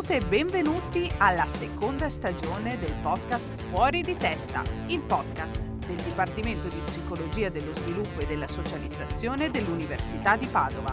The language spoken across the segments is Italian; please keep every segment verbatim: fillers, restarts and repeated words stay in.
Benvenute e benvenuti alla seconda stagione del podcast Fuori di Testa, il podcast del Dipartimento di Psicologia dello Sviluppo e della Socializzazione dell'Università di Padova.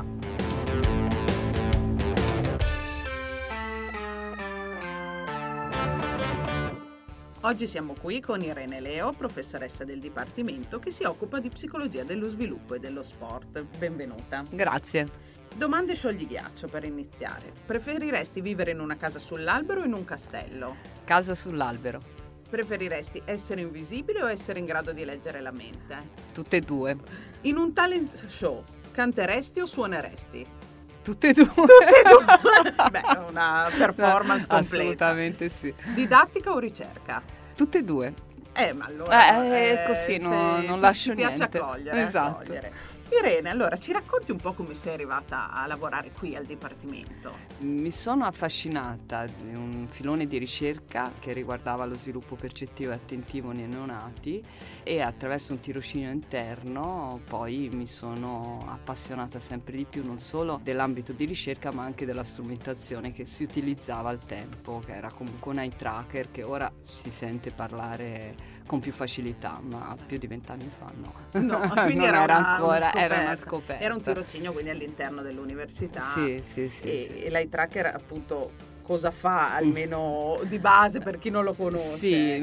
Oggi siamo qui con Irene Leo, professoressa del Dipartimento che si occupa di Psicologia dello Sviluppo e dello Sport. Benvenuta. Grazie. Domande scioglighiaccio per iniziare. Preferiresti vivere in una casa sull'albero o in un castello? Casa sull'albero. Preferiresti essere invisibile o essere in grado di leggere la mente? Tutte e due. In un talent show, canteresti o suoneresti? Tutte e due. Tutte e due. Beh, una performance completa. Assolutamente sì. Didattica o ricerca? Tutte e due. Eh, ma allora... Eh, eh così, no, non lascio ti piace niente. accogliere, Esatto. accogliere. Irene, allora ci racconti un po' come sei arrivata a lavorare qui al Dipartimento? Mi sono affascinata di un filone di ricerca che riguardava lo sviluppo percettivo e attentivo nei neonati e attraverso un tirocinio interno poi mi sono appassionata sempre di più non solo dell'ambito di ricerca ma anche della strumentazione che si utilizzava al tempo, che era comunque un eye tracker che ora si sente parlare con più facilità, ma più di vent'anni fa no. No, quindi non era, era una, ancora, una era una scoperta. Era un tirocinio quindi all'interno dell'università. Sì, sì, sì. E, sì. e l'eye tracker appunto cosa fa almeno di base per chi non lo conosce? Sì, ecco.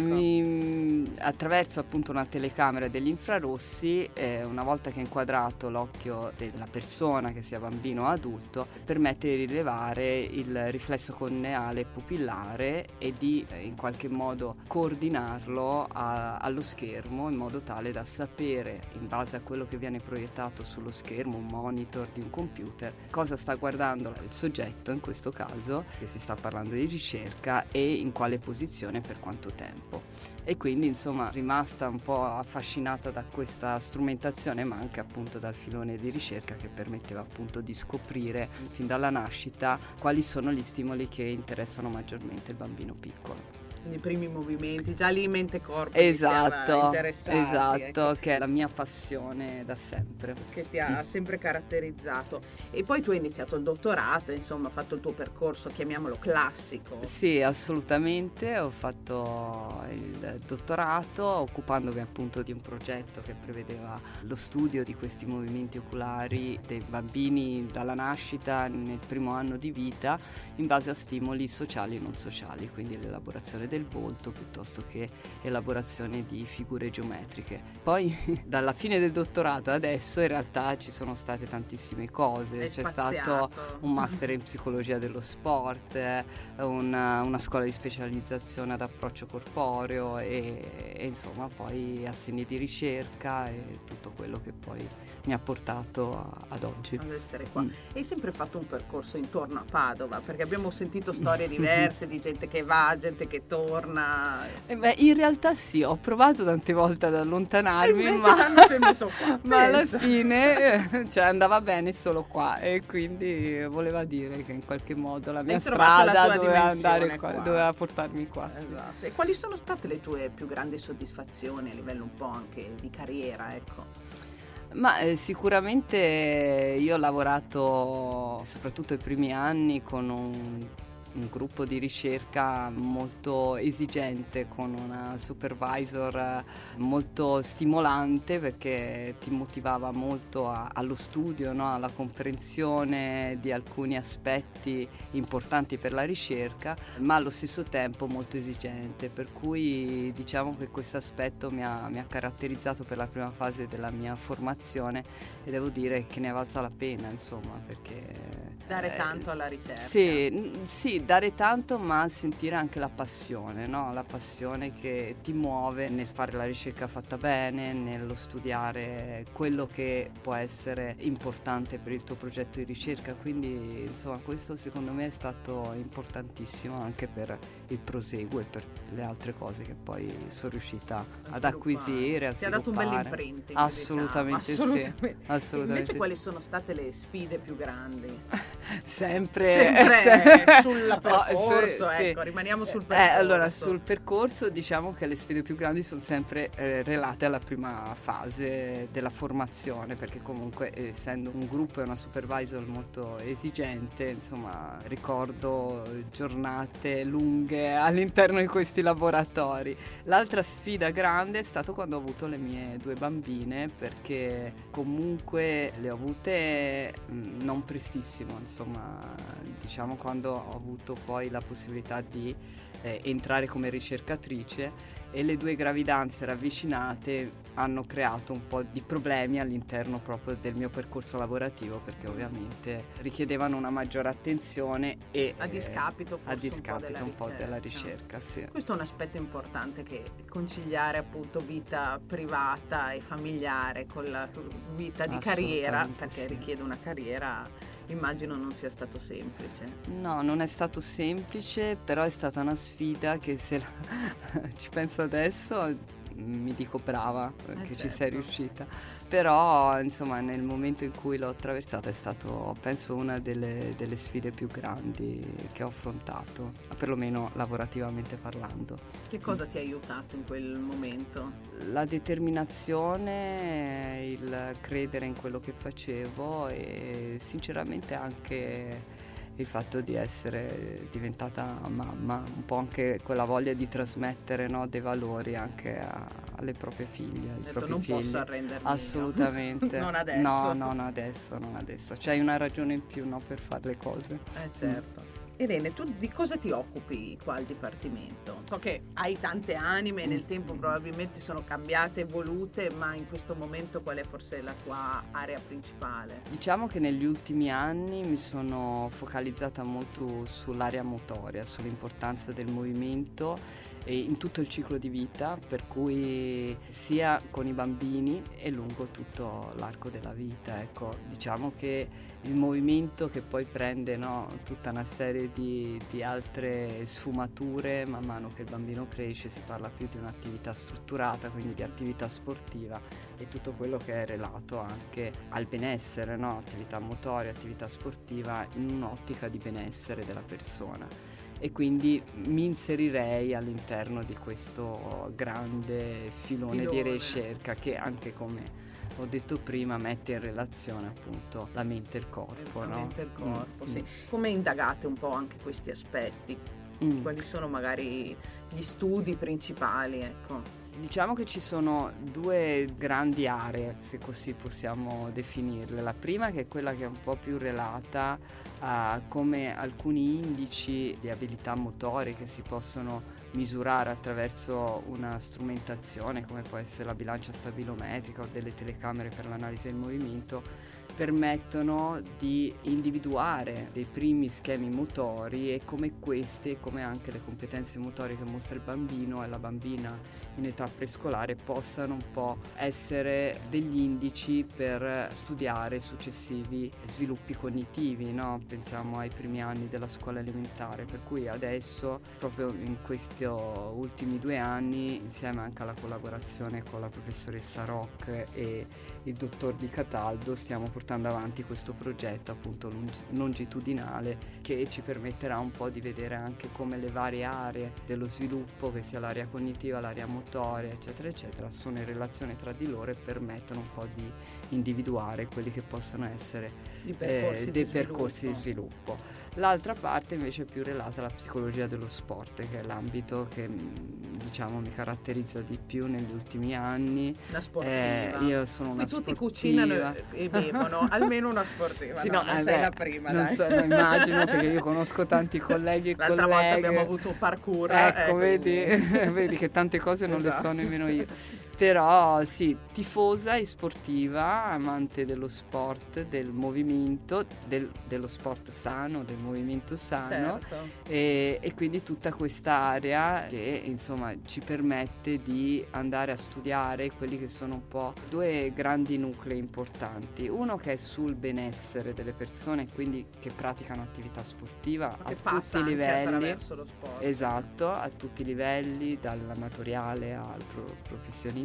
mi, attraverso appunto una telecamera degli infrarossi, eh, una volta che è inquadrato l'occhio della persona, che sia bambino o adulto, permette di rilevare il riflesso corneale pupillare e di eh, in qualche modo coordinarlo a, allo schermo in modo tale da sapere, in base a quello che viene proiettato sullo schermo, un monitor di un computer, cosa sta guardando il soggetto in questo caso, che si sta parlando di ricerca, e in quale posizione per quanto tempo. E quindi insomma rimasta un po' affascinata da questa strumentazione ma anche appunto dal filone di ricerca che permetteva appunto di scoprire fin dalla nascita quali sono gli stimoli che interessano maggiormente il bambino piccolo. I primi movimenti, già lì mente corpo Esatto, interessati, esatto, ecco. Che è la mia passione da sempre. Che ti ha sempre caratterizzato. E poi tu hai iniziato il dottorato, insomma, hai fatto il tuo percorso, chiamiamolo classico. Sì, assolutamente, ho fatto il dottorato occupandomi appunto di un progetto che prevedeva lo studio di questi movimenti oculari dei bambini dalla nascita nel primo anno di vita in base a stimoli sociali e non sociali, quindi l'elaborazione del volto piuttosto che elaborazione di figure geometriche. Poi dalla fine del dottorato adesso in realtà ci sono state tantissime cose. Hai C'è spaziato. stato un master in psicologia dello sport, una, una scuola di specializzazione ad approccio corporeo e, e insomma poi assegni di ricerca e tutto quello che poi mi ha portato a, ad oggi. Ad essere qua. Mm. E hai sempre fatto un percorso intorno a Padova, perché abbiamo sentito storie diverse di gente che va, gente che torna. Eh beh, in realtà sì, ho provato tante volte ad allontanarmi, e invece ma, t'hanno tenuto qua. ma alla Pensa. fine eh, cioè, andava bene solo qua e quindi voleva dire che in qualche modo la mia Hai trovato la strada tua doveva dimensione andare qua, qua. doveva portarmi qua. Sì. Esatto. E quali sono state le tue più grandi soddisfazioni a livello un po' anche di carriera, ecco? Ma eh, sicuramente io ho lavorato soprattutto i primi anni con un, un gruppo di ricerca molto esigente, con una supervisor molto stimolante perché ti motivava molto a, allo studio, no? Alla comprensione di alcuni aspetti importanti per la ricerca, ma allo stesso tempo molto esigente, per cui diciamo che questo aspetto mi ha, mi ha caratterizzato per la prima fase della mia formazione e devo dire che ne è valsa la pena, insomma, perché Dare tanto alla ricerca. Sì, sì, dare tanto ma sentire anche la passione, no? La passione che ti muove nel fare la ricerca fatta bene, nello studiare quello che può essere importante per il tuo progetto di ricerca, quindi insomma questo secondo me è stato importantissimo anche per il proseguo e per le altre cose che poi sono riuscita A ad acquisire, a Ti ha dato un bel imprinting, Assolutamente, diciamo. sì. Assolutamente. Assolutamente Invece sì. quali sono state le sfide più grandi? sempre, sempre sempre sul percorso, oh, sì, ecco, sì. rimaniamo sul percorso. Eh, allora, sul percorso diciamo che le sfide più grandi sono sempre eh, relate alla prima fase della formazione, perché comunque essendo un gruppo e una supervisor molto esigente, insomma, ricordo giornate lunghe all'interno di questi laboratori. L'altra sfida grande è stato quando ho avuto le mie due bambine, perché comunque le ho avute mh, non prestissimo, insomma, diciamo quando ho avuto poi la possibilità di eh, entrare come ricercatrice, e le due gravidanze ravvicinate hanno creato un po' di problemi all'interno proprio del mio percorso lavorativo, perché ovviamente richiedevano una maggiore attenzione e a discapito forse a discapito un po' della un ricerca. po' della ricerca, sì. Questo è un aspetto importante, che conciliare appunto vita privata e familiare con la vita di carriera, perché sì. richiede una carriera, immagino non sia stato semplice. No, non è stato semplice, però è stata una sfida che se la... ci penso adesso mi dico brava eh che certo. ci sei riuscita, però insomma nel momento in cui l'ho attraversata è stato penso una delle, delle sfide più grandi che ho affrontato, perlomeno lavorativamente parlando. Che cosa ti ha aiutato in quel momento? La determinazione, il credere in quello che facevo e sinceramente anche il fatto di essere diventata mamma, un po' anche quella voglia di trasmettere, no, dei valori anche a, alle proprie figlie, ai Detto, propri non figli. posso arrendermi. Assolutamente. Non adesso. No, non adesso, non adesso. C'hai una ragione in più, no, per fare le cose. Eh certo. Mm. Irene, tu di cosa ti occupi qua al Dipartimento? So che hai tante anime, nel tempo probabilmente sono cambiate, evolute, ma in questo momento qual è forse la tua area principale? Diciamo che negli ultimi anni mi sono focalizzata molto sull'area motoria, sull'importanza del movimento e in tutto il ciclo di vita, per cui sia con i bambini e lungo tutto l'arco della vita. Ecco, diciamo che il movimento che poi prende, no, tutta una serie di, di altre sfumature man mano che il bambino cresce, si parla più di un'attività strutturata, quindi di attività sportiva e tutto quello che è relato anche al benessere, no? Attività motoria, attività sportiva in un'ottica di benessere della persona. E quindi mi inserirei all'interno di questo grande filone, filone. di ricerca che anche come ho detto prima mette in relazione appunto la mente e il corpo. La no? mente e il corpo, mm. sì. Come indagate un po' anche questi aspetti? Mm. Quali sono magari gli studi principali, ecco? Diciamo che ci sono due grandi aree, se così possiamo definirle. La prima che è quella che è un po' più relata a come alcuni indici di abilità motorie che si possono misurare attraverso una strumentazione come può essere la bilancia stabilometrica o delle telecamere per l'analisi del movimento, permettono di individuare dei primi schemi motori e come questi, come anche le competenze motorie che mostra il bambino e la bambina in età prescolare, possano un po' essere degli indici per studiare successivi sviluppi cognitivi, no? Pensiamo ai primi anni della scuola elementare, per cui adesso, proprio in questi ultimi due anni, insieme anche alla collaborazione con la professoressa Rock e il dottor Di Cataldo, stiamo portando avanti questo progetto appunto longitudinale che ci permetterà un po' di vedere anche come le varie aree dello sviluppo, che sia l'area cognitiva, l'area motoria, eccetera eccetera, sono in relazione tra di loro e permettono un po' di individuare quelli che possono essere I percorsi eh, dei di percorsi di sviluppo. L'altra parte invece è più relata alla psicologia dello sport, che è l'ambito che diciamo mi caratterizza di più negli ultimi anni. La sportiva. Eh, io sono una Qui tutti sportiva. cucinano e bevono, almeno una sportiva. Sì, no, no, non eh sei beh, la prima, non dai. so, non immagino, perché io conosco tanti colleghi e L'altra colleghe. volta abbiamo avuto un parkour. Ecco, eh, vedi, vedi che tante cose non esatto. le so nemmeno io. Però sì, tifosa e sportiva, amante dello sport, del movimento, del, dello sport sano, del movimento sano, certo. e, e quindi tutta quest'area che insomma ci permette di andare a studiare quelli che sono un po' due grandi nuclei importanti. Uno che è sul benessere delle persone, quindi che praticano attività sportiva che a tutti i livelli. Attraverso lo sport. Esatto, a tutti i livelli, dall'amatoriale al pro- professionistico.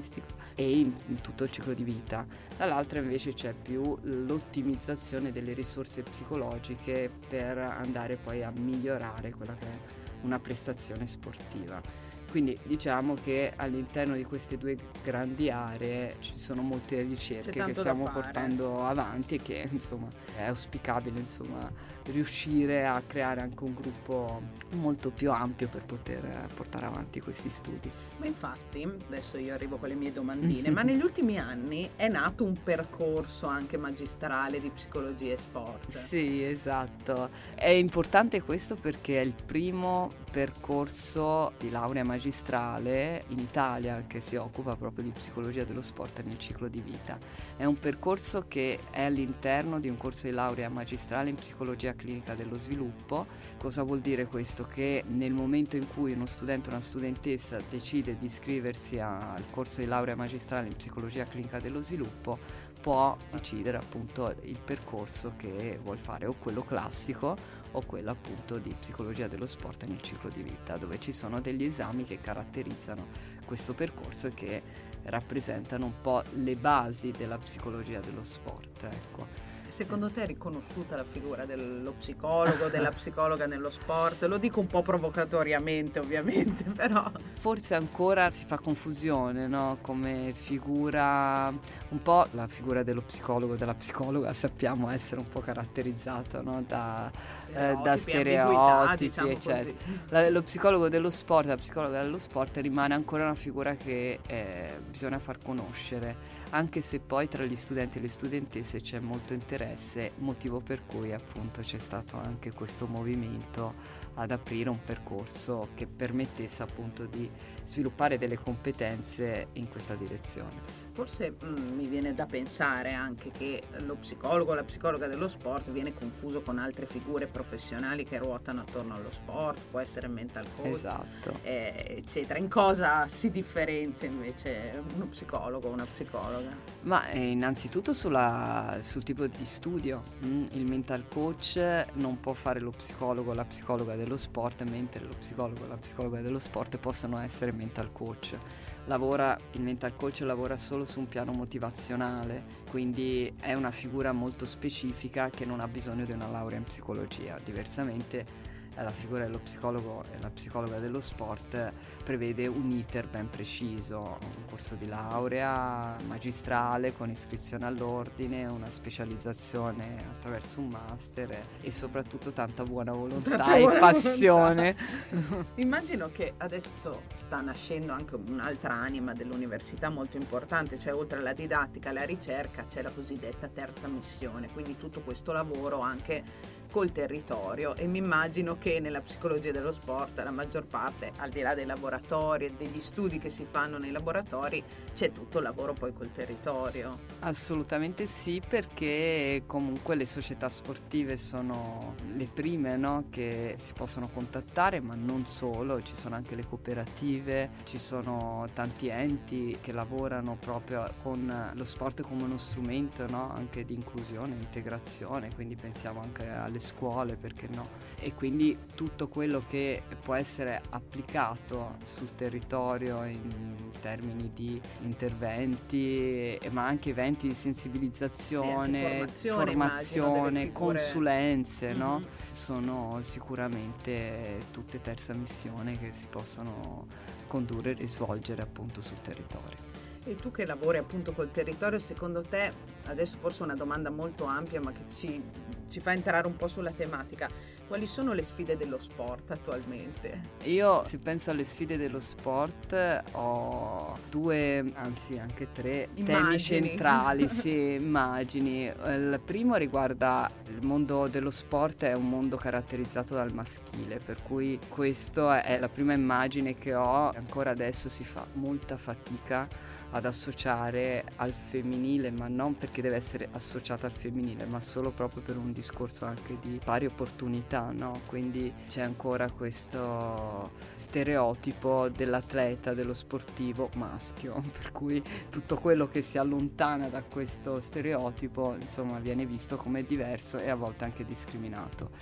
agonistico e in, in tutto il ciclo di vita. Dall'altra invece c'è più l'ottimizzazione delle risorse psicologiche per andare poi a migliorare quella che è una prestazione sportiva. Quindi diciamo che all'interno di queste due grandi aree ci sono molte ricerche che stiamo portando avanti e che insomma è auspicabile insomma riuscire a creare anche un gruppo molto più ampio per poter portare avanti questi studi. Ma infatti, adesso io arrivo con le mie domandine, ma negli ultimi anni è nato un percorso anche magistrale di psicologia e sport. Sì, esatto. È importante questo perché è il primo percorso di laurea magistrale in Italia che si occupa proprio di psicologia dello sport nel ciclo di vita. È un percorso che è all'interno di un corso di laurea magistrale in psicologia clinica dello sviluppo. Cosa vuol dire questo? Che nel momento in cui uno studente o una studentessa decide di iscriversi al corso di laurea magistrale in psicologia clinica dello sviluppo, può decidere appunto il percorso che vuol fare, o quello classico o quello appunto di psicologia dello sport nel ciclo di vita, dove ci sono degli esami che caratterizzano questo percorso e che rappresentano un po' le basi della psicologia dello sport, ecco. Secondo te è riconosciuta la figura dello psicologo, della psicologa nello sport? Lo dico un po' provocatoriamente ovviamente, però... Forse ancora si fa confusione, no? Come figura, un po' la figura dello psicologo, della psicologa sappiamo essere un po' caratterizzata, no? Da stereotipi, eh, da stereotipi diciamo eccetera. La, lo psicologo dello sport, la psicologa dello sport rimane ancora una figura che eh, bisogna far conoscere, anche se poi tra gli studenti e le studentesse c'è molto interesse, motivo per cui appunto c'è stato anche questo movimento ad aprire un percorso che permettesse appunto di sviluppare delle competenze in questa direzione. Forse mh, mi viene da pensare anche che lo psicologo o la psicologa dello sport viene confuso con altre figure professionali che ruotano attorno allo sport, può essere mental coach, esatto. eh, eccetera. In cosa si differenzia invece uno psicologo o una psicologa? Ma eh, innanzitutto sulla, sul tipo di studio. Mm, il mental coach non può fare lo psicologo o la psicologa dello sport, mentre lo psicologo o la psicologa dello sport possono essere mental coach. Lavora, il mental coach lavora solo su un piano motivazionale, quindi è una figura molto specifica che non ha bisogno di una laurea in psicologia. Diversamente la figura dello psicologo e la psicologa dello sport prevede un iter ben preciso, un corso di laurea magistrale con iscrizione all'ordine, una specializzazione attraverso un master e soprattutto tanta buona volontà tanta e buona passione. Volontà. Immagino che adesso sta nascendo anche un'altra anima dell'università molto importante, cioè oltre alla didattica, alla ricerca, c'è la cosiddetta terza missione, quindi tutto questo lavoro anche col territorio, e mi immagino che nella psicologia dello sport la maggior parte, al di là dei laboratori e degli studi che si fanno nei laboratori, c'è tutto il lavoro poi col territorio. Assolutamente sì, perché comunque le società sportive sono le prime, no, che si possono contattare, ma non solo, ci sono anche le cooperative, ci sono tanti enti che lavorano proprio con lo sport come uno strumento, no, anche di inclusione, integrazione, quindi pensiamo anche alle scuole, perché no? E quindi tutto quello che può essere applicato sul territorio in termini di interventi, ma anche eventi di sensibilizzazione, sì, formazione, formazione figure... consulenze, mm-hmm. no? Sono sicuramente tutte terza missione che si possono condurre e svolgere appunto sul territorio. E tu che lavori appunto col territorio, secondo te, adesso forse una domanda molto ampia ma che ci, ci fa entrare un po' sulla tematica, quali sono le sfide dello sport attualmente? Io, se penso alle sfide dello sport, ho due, anzi anche tre immagini. temi centrali, sì, immagini. Il primo riguarda il mondo dello sport, è un mondo caratterizzato dal maschile, per cui questa è la prima immagine che ho. Ancora adesso si fa molta fatica ad associare al femminile, ma non perché deve essere associata al femminile, ma solo proprio per un discorso anche di pari opportunità, no? Quindi c'è ancora questo stereotipo dell'atleta, dello sportivo maschio, per cui tutto quello che si allontana da questo stereotipo, insomma, viene visto come diverso e a volte anche discriminato.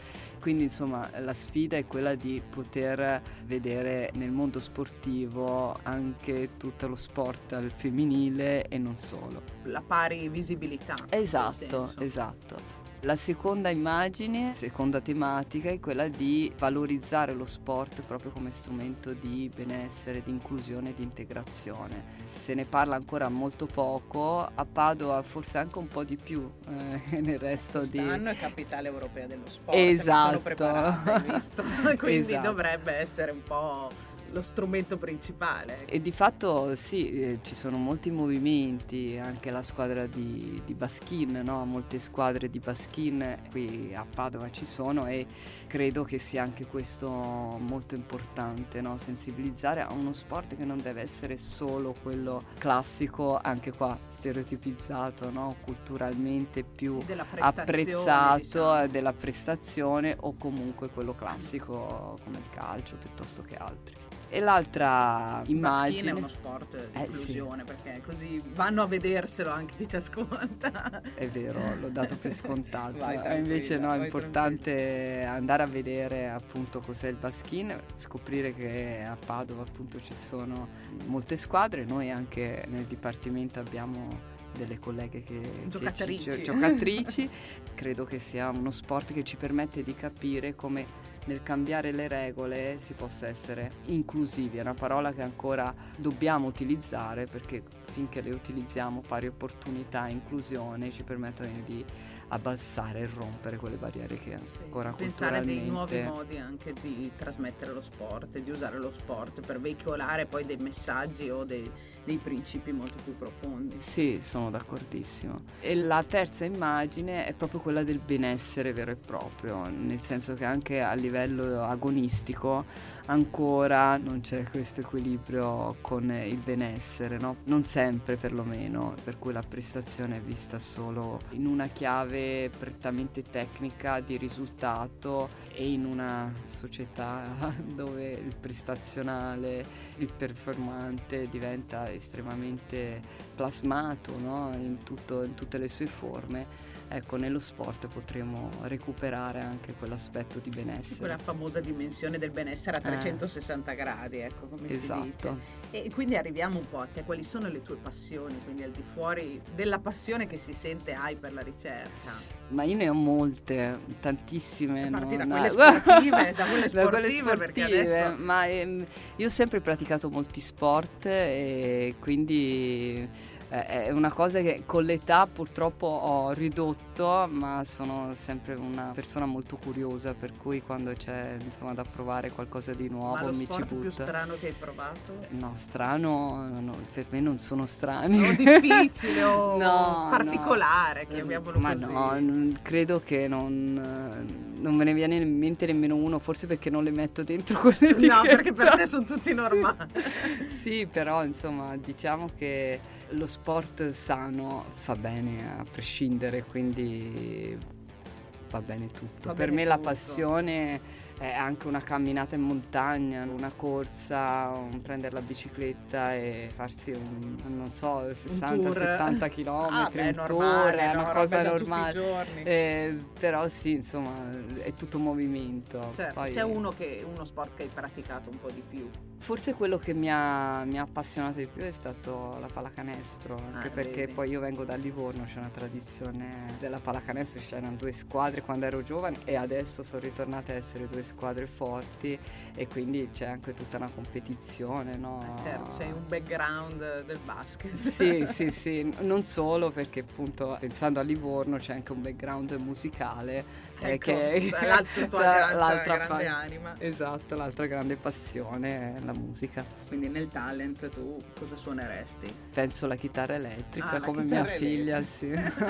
quindi insomma la sfida è quella di poter vedere nel mondo sportivo anche tutto lo sport al femminile e non solo. La pari visibilità. Esatto, esatto. La seconda immagine, seconda tematica è quella di valorizzare lo sport proprio come strumento di benessere, di inclusione e di integrazione. Se ne parla ancora molto poco, a Padova forse anche un po' di più eh, nel resto Quest'anno di... Quest'anno è capitale europea dello sport, esatto. sono preparata, hai visto? Quindi esatto. dovrebbe essere un po' lo strumento principale. E di fatto sì, eh, ci sono molti movimenti, anche la squadra di, di Baskin, no? Molte squadre di Baskin qui a Padova ci sono e credo che sia anche questo molto importante, no? Sensibilizzare a uno sport che non deve essere solo quello classico, anche qua stereotipizzato, no? Culturalmente più sì, apprezzato, diciamo. Della prestazione, o comunque quello classico come il calcio piuttosto che altri. E l'altra immagine... Baskin è uno sport di eh, inclusione, sì. perché così vanno a vederselo anche chi ci ascolta. È vero, l'ho dato per scontato. Vai, invece no, è importante tranquilla. andare a vedere appunto cos'è il Baskin, scoprire che a Padova appunto ci sono molte squadre. Noi anche nel dipartimento abbiamo delle colleghe che giocatrici, che ci, giocatrici. Credo che sia uno sport che ci permette di capire come nel cambiare le regole si possa essere inclusivi. È una parola che ancora dobbiamo utilizzare, perché finché le utilizziamo, pari opportunità e inclusione, ci permettono di abbassare e rompere quelle barriere che sì, ancora pensare culturalmente... dei nuovi modi anche di trasmettere lo sport, di usare lo sport per veicolare poi dei messaggi o dei, dei principi molto più profondi. Sì, sono d'accordissimo. E la terza immagine è proprio quella del benessere vero e proprio, nel senso che anche a livello agonistico ancora non c'è questo equilibrio con il benessere, no? Non sempre perlomeno, per cui la prestazione è vista solo in una chiave prettamente tecnica di risultato, e in una società dove il prestazionale, il performante diventa estremamente plasmato, no? in, tutto, in tutte le sue forme. Ecco, nello sport potremo recuperare anche quell'aspetto di benessere. Quella famosa dimensione del benessere a trecentosessanta eh. gradi, ecco, come esatto. si dice. E quindi arriviamo un po' a te, quali sono le tue passioni, quindi al di fuori della passione che si sente hai per la ricerca? Ma io ne ho molte, tantissime. A partire non... da quelle sportive, da quelle sportive, da quelle sportive perché adesso... ma ehm, io ho sempre praticato molti sport e quindi... è una cosa che con l'età purtroppo ho ridotto, ma sono sempre una persona molto curiosa, per cui quando c'è insomma da provare qualcosa di nuovo ma lo mi ci sport butto. più strano che hai provato? No, strano no, per me non sono strani. O difficile o no, particolare, no. chiamiamolo ma così. Ma no, credo che non, non me ne viene in mente nemmeno uno, forse perché non le metto dentro quell'etichetta. No, perché per te sono tutti normali. Sì, sì, però insomma diciamo che lo sport sano fa bene a prescindere, quindi va bene tutto. Va per bene me tutto. La passione è anche una camminata in montagna, una corsa, un prendere la bicicletta e farsi un, non so, sessanta settanta chilometri, ah, un beh, tour, normale, è una no, cosa da normale. tutti i giorni. Eh, però sì, insomma, è tutto movimento. Certo, Poi, c'è uno, che, uno sport che hai praticato un po' di più? Forse quello che mi ha, mi ha appassionato di più è stato la pallacanestro, anche ah, perché vedi. poi io vengo da Livorno, c'è una tradizione della pallacanestro, c'erano due squadre quando ero giovane e adesso sono ritornate a essere due squadre forti e quindi c'è anche tutta una competizione, no? Eh certo, c'hai un background del basket. Sì, sì, sì, non solo, perché appunto pensando a Livorno c'è anche un background musicale. Ecco, che l'altra tua la, gran, l'altra grande fa- anima. Esatto, l'altra grande passione è la musica. Quindi nel talent tu cosa suoneresti? Penso la chitarra elettrica, ah, come chitarra mia figlia, sì.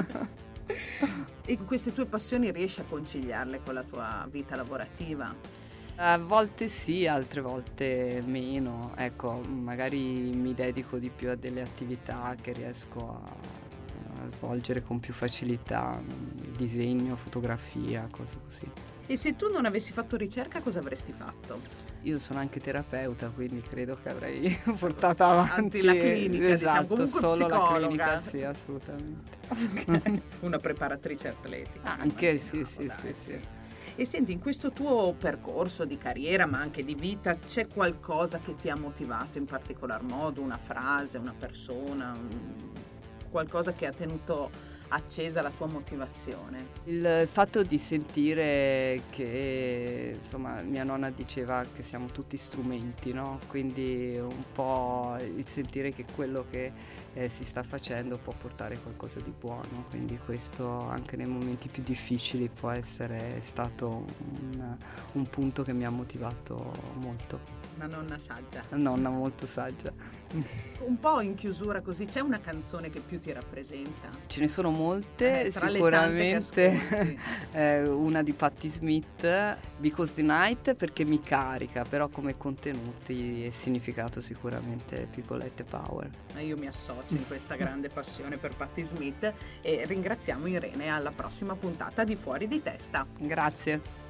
E queste tue passioni riesci a conciliarle con la tua vita lavorativa? A volte sì, altre volte meno. Ecco, magari mi dedico di più a delle attività che riesco a a svolgere con più facilità, disegno, fotografia, cose così. E se tu non avessi fatto ricerca, cosa avresti fatto? Io sono anche terapeuta, quindi credo che avrei portato avanti la clinica, esatto, diciamo, comunque solo psicologa. la clinica, sì, assolutamente. Okay. Una preparatrice atletica. Anche immaginavo, sì, sì, dai, sì, sì. E senti, in questo tuo percorso di carriera, ma anche di vita, c'è qualcosa che ti ha motivato in particolar modo? Una frase, una persona, un... qualcosa che ha tenuto accesa la tua motivazione? Il fatto di sentire che, insomma, mia nonna diceva che siamo tutti strumenti, no? Quindi un po' il sentire che quello che eh, si sta facendo può portare qualcosa di buono, quindi questo anche nei momenti più difficili può essere stato un, un punto che mi ha motivato molto. Una nonna saggia. Una nonna molto saggia. Un po' in chiusura così, c'è una canzone che più ti rappresenta? Ce ne sono molte, eh, tra sicuramente le tante che eh, una di Patti Smith, Because the Night, perché mi carica, però come contenuti e significato sicuramente People Let the Power. Io mi associo in questa grande passione per Patti Smith e ringraziamo Irene, alla prossima puntata di Fuori di Testa. Grazie.